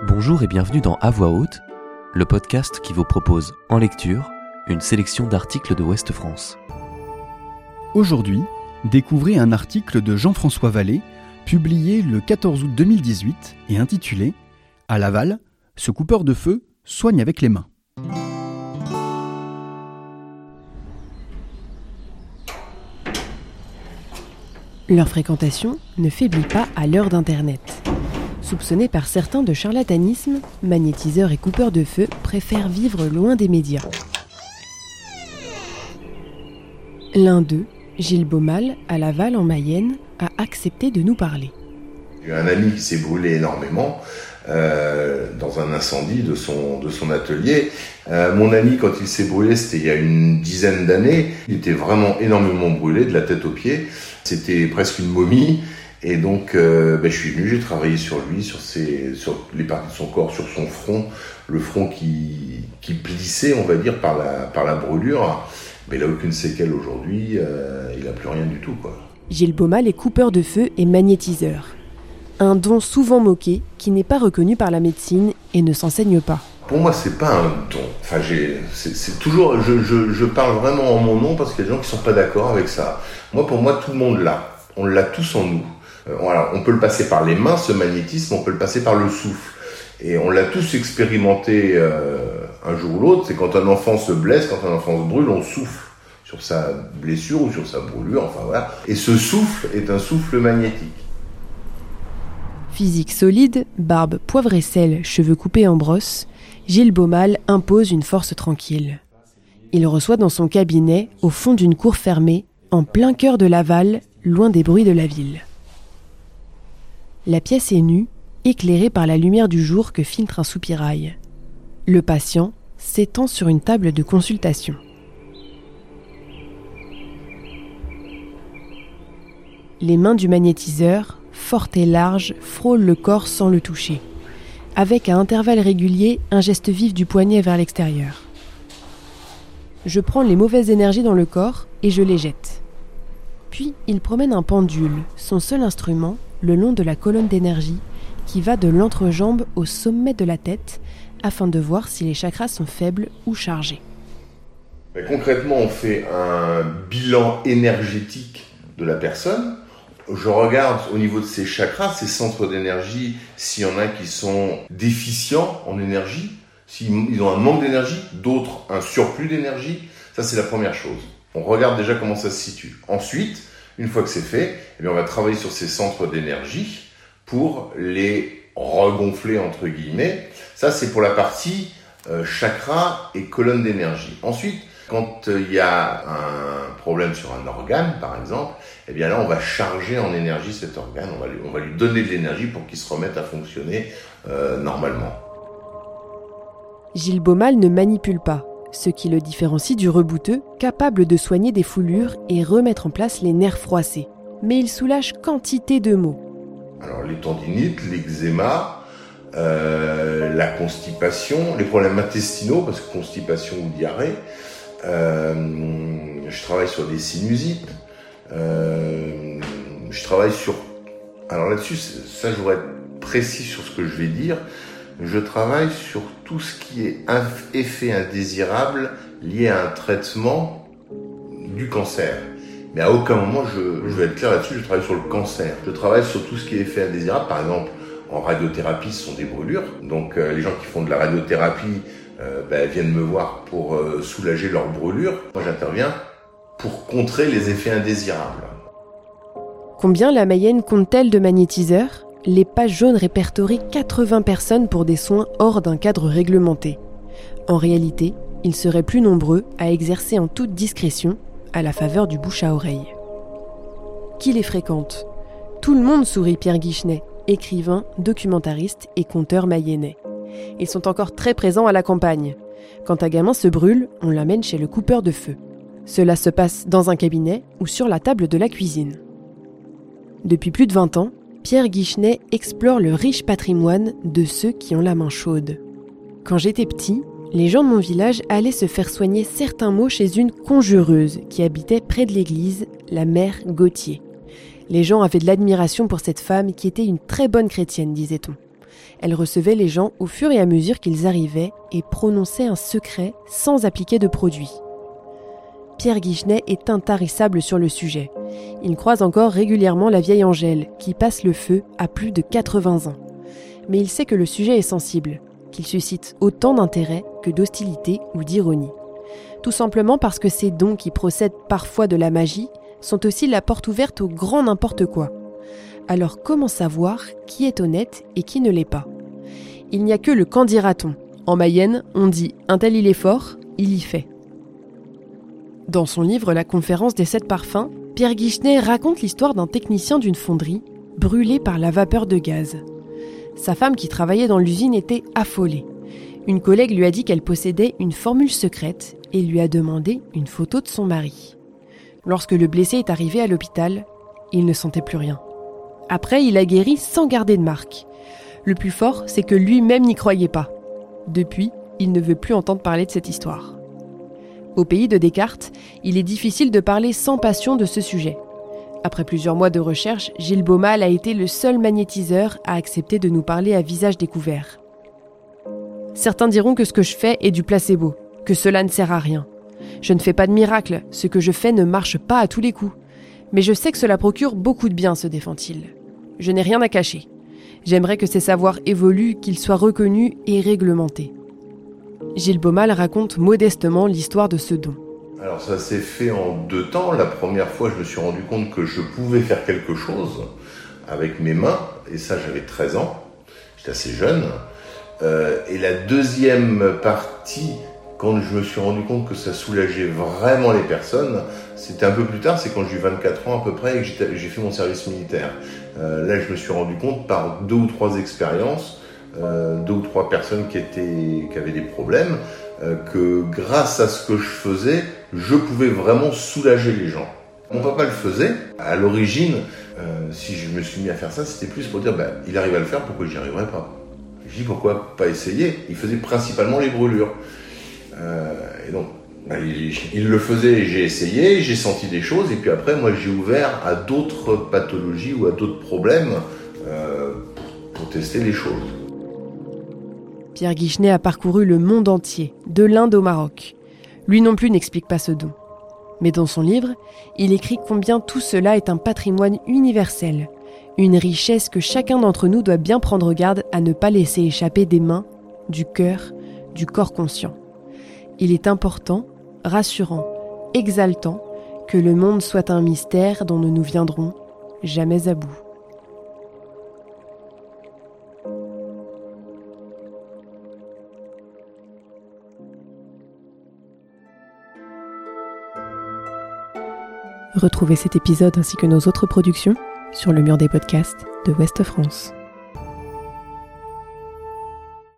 Bonjour et bienvenue dans À Voix Haute, le podcast qui vous propose en lecture une sélection d'articles de Ouest France. Aujourd'hui, découvrez un article de Jean-François Vallée, publié le 14 août 2018 et intitulé « À Laval, ce coupeur de feu soigne avec les mains ». Leur fréquentation ne faiblit pas à l'heure d'Internet. Soupçonnés par certains de charlatanisme, magnétiseurs et coupeurs de feu préfèrent vivre loin des médias. L'un d'eux, Gilles Baumal, à Laval en Mayenne, a accepté de nous parler. J'ai un ami qui s'est brûlé énormément dans un incendie de son atelier. Mon ami, quand il s'est brûlé, c'était il y a une dizaine d'années. Il était vraiment énormément brûlé, de la tête aux pieds. C'était presque une momie. Et donc, je suis venu, j'ai travaillé sur lui, sur les parties de son corps, sur son front, le front qui plissait, on va dire, par la brûlure. Mais il n'a aucune séquelle aujourd'hui, il n'a plus rien du tout, quoi. Gilles Baumal est coupeur de feu et magnétiseur. Un don souvent moqué qui n'est pas reconnu par la médecine et ne s'enseigne pas. Pour moi, c'est pas un don. Enfin, c'est toujours, je parle vraiment en mon nom parce qu'il y a des gens qui sont pas d'accord avec ça. Pour moi, tout le monde l'a. On l'a tous en nous. Voilà, on peut le passer par les mains, ce magnétisme, on peut le passer par le souffle. Et on l'a tous expérimenté un jour ou l'autre. C'est quand un enfant se blesse, quand un enfant se brûle, on souffle sur sa blessure ou sur sa brûlure, enfin voilà. Et ce souffle est un souffle magnétique. Physique solide, barbe poivre et sel, cheveux coupés en brosse, Gilles Baumal impose une force tranquille. Il reçoit dans son cabinet, au fond d'une cour fermée, en plein cœur de Laval, loin des bruits de la ville. La pièce est nue, éclairée par la lumière du jour que filtre un soupirail. Le patient s'étend sur une table de consultation. Les mains du magnétiseur, fortes et larges, frôlent le corps sans le toucher, avec à intervalles réguliers un geste vif du poignet vers l'extérieur. Je prends les mauvaises énergies dans le corps et je les jette. Puis il promène un pendule, son seul instrument, le long de la colonne d'énergie, qui va de l'entrejambe au sommet de la tête, afin de voir si les chakras sont faibles ou chargés. Concrètement, on fait un bilan énergétique de la personne. Je regarde au niveau de ces chakras, ces centres d'énergie, s'il y en a qui sont déficients en énergie, s'ils ont un manque d'énergie, d'autres un surplus d'énergie. Ça, c'est la première chose. On regarde déjà comment ça se situe. Ensuite, une fois que c'est fait, on va travailler sur ces centres d'énergie pour les regonfler, entre guillemets. Ça, c'est pour la partie chakra et colonne d'énergie. Ensuite, quand il y a un problème sur un organe, par exemple, là, on va charger en énergie cet organe. On va lui donner de l'énergie pour qu'il se remette à fonctionner normalement. Gilles Baumal ne manipule pas, ce qui le différencie du rebouteux, capable de soigner des foulures et remettre en place les nerfs froissés. Mais il soulage quantité de maux. Alors les tendinites, l'eczéma, la constipation, les problèmes intestinaux, parce que constipation ou diarrhée, je travaille sur des sinusites, je travaille sur... Alors là-dessus, ça je voudrais être précis sur ce que je vais dire. Je travaille sur tout ce qui est effet indésirable lié à un traitement du cancer. Mais à aucun moment, je vais être clair là-dessus, je travaille sur le cancer. Je travaille sur tout ce qui est effet indésirable. Par exemple, en radiothérapie, ce sont des brûlures. Donc les gens qui font de la radiothérapie viennent me voir pour soulager leurs brûlures. Moi, j'interviens pour contrer les effets indésirables. Combien la Mayenne compte-t-elle de magnétiseurs ? Les pages jaunes répertorient 80 personnes pour des soins hors d'un cadre réglementé. En réalité, ils seraient plus nombreux à exercer en toute discrétion, à la faveur du bouche à oreille. Qui les fréquente ? Tout le monde, sourit Pierre Guichenet, écrivain, documentariste et conteur mayennais. Ils sont encore très présents à la campagne. Quand un gamin se brûle, on l'amène chez le coupeur de feu. Cela se passe dans un cabinet ou sur la table de la cuisine. Depuis plus de 20 ans, Pierre Guichenet explore le riche patrimoine de ceux qui ont la main chaude. Quand j'étais petit, les gens de mon village allaient se faire soigner certains maux chez une conjureuse qui habitait près de l'église, la mère Gauthier. Les gens avaient de l'admiration pour cette femme qui était une très bonne chrétienne, disait-on. Elle recevait les gens au fur et à mesure qu'ils arrivaient et prononçait un secret sans appliquer de produit. Pierre Guichenet est intarissable sur le sujet. Il croise encore régulièrement la vieille Angèle, qui passe le feu à plus de 80 ans. Mais il sait que le sujet est sensible, qu'il suscite autant d'intérêt que d'hostilité ou d'ironie. Tout simplement parce que ces dons qui procèdent parfois de la magie sont aussi la porte ouverte au grand n'importe quoi. Alors comment savoir qui est honnête et qui ne l'est pas ? Il n'y a que le qu'en dira-t-on. En Mayenne, on dit « un tel il est fort, il y fait ». Dans son livre « La conférence des 7 parfums », Pierre Guichenet raconte l'histoire d'un technicien d'une fonderie brûlé par la vapeur de gaz. Sa femme qui travaillait dans l'usine était affolée. Une collègue lui a dit qu'elle possédait une formule secrète et lui a demandé une photo de son mari. Lorsque le blessé est arrivé à l'hôpital, il ne sentait plus rien. Après, il a guéri sans garder de marque. Le plus fort, c'est que lui-même n'y croyait pas. Depuis, il ne veut plus entendre parler de cette histoire. Au pays de Descartes, il est difficile de parler sans passion de ce sujet. Après plusieurs mois de recherche, Gilles Baumal a été le seul magnétiseur à accepter de nous parler à visage découvert. Certains diront que ce que je fais est du placebo, que cela ne sert à rien. Je ne fais pas de miracle, ce que je fais ne marche pas à tous les coups. Mais je sais que cela procure beaucoup de bien, se défend-il. Je n'ai rien à cacher. J'aimerais que ces savoirs évoluent, qu'ils soient reconnus et réglementés. Gilles Baumal raconte modestement l'histoire de ce don. Alors ça s'est fait en 2 temps. La première fois, je me suis rendu compte que je pouvais faire quelque chose avec mes mains, et ça j'avais 13 ans, j'étais assez jeune. Et la deuxième partie, quand je me suis rendu compte que ça soulageait vraiment les personnes, c'était un peu plus tard, c'est quand j'ai eu 24 ans à peu près et que j'ai fait mon service militaire. Là, je me suis rendu compte par 2 ou 3 expériences, 2 ou 3 personnes qui avaient des problèmes, que grâce à ce que je faisais, je pouvais vraiment soulager les gens. Mon papa le faisait. À l'origine, si je me suis mis à faire ça, c'était plus pour dire, il arrive à le faire, pourquoi j'y arriverais pas ? Je dis, pourquoi pas essayer ? Il faisait principalement les brûlures. Et donc, il le faisait, j'ai essayé, j'ai senti des choses, et puis après, moi, j'ai ouvert à d'autres pathologies ou à d'autres problèmes pour tester les choses. Pierre Guichenet a parcouru le monde entier, de l'Inde au Maroc. Lui non plus n'explique pas ce don. Mais dans son livre, il écrit combien tout cela est un patrimoine universel, une richesse que chacun d'entre nous doit bien prendre garde à ne pas laisser échapper des mains, du cœur, du corps conscient. Il est important, rassurant, exaltant que le monde soit un mystère dont nous ne viendrons jamais à bout. Retrouvez cet épisode ainsi que nos autres productions sur le mur des podcasts de Ouest France.